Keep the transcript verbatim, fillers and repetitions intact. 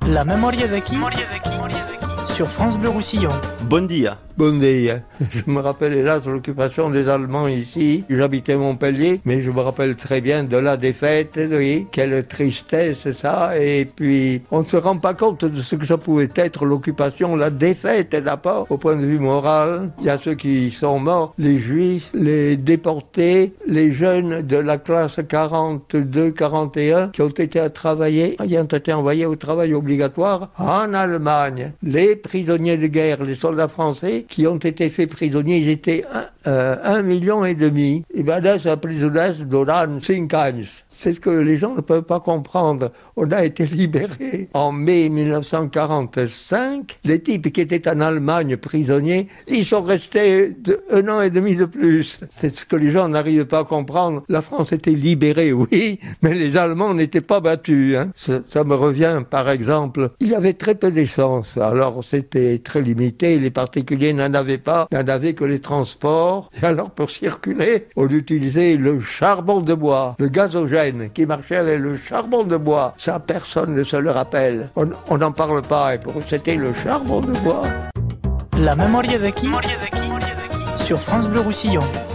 La memoria d'aquí sur France Bleu Roussillon. Bon dia. Bon dia. Je me rappelle hélas l'occupation des Allemands ici. J'habitais Montpellier, mais je me rappelle très bien de la défaite. Oui, quelle tristesse ça. Et puis, on ne se rend pas compte de ce que ça pouvait être l'occupation, la défaite d'abord au point de vue moral. Il y a ceux qui sont morts, les Juifs, les déportés, les jeunes de la classe quarante-deux quarante et un qui ont été à travailler, qui ont été envoyés au travail obligatoire en Allemagne. Les prisonniers de guerre, les soldats français qui ont été faits prisonniers, ils étaient un, euh, un million et demi. Et bien là, ça prisonniers durant cinq ans. C'est ce que les gens ne peuvent pas comprendre. On a été libérés en mai mille neuf cent quarante-cinq. Les types qui étaient en Allemagne prisonniers, ils sont restés de, un an et demi de plus. C'est ce que les gens n'arrivent pas à comprendre. La France était libérée, oui, mais les Allemands n'étaient pas battus. Hein. Ça, ça me revient, par exemple, il y avait très peu d'essence. Alors c'était très limité. Les particuliers n'en avaient pas, n'en avaient que les transports. Et alors pour circuler, on utilisait le charbon de bois, le gazogène, qui marchait avec le charbon de bois. Ça, personne ne se le rappelle. On n'en parle pas. Et pour eux, c'était le charbon de bois. La memoria d'aquí sur France Bleu Roussillon.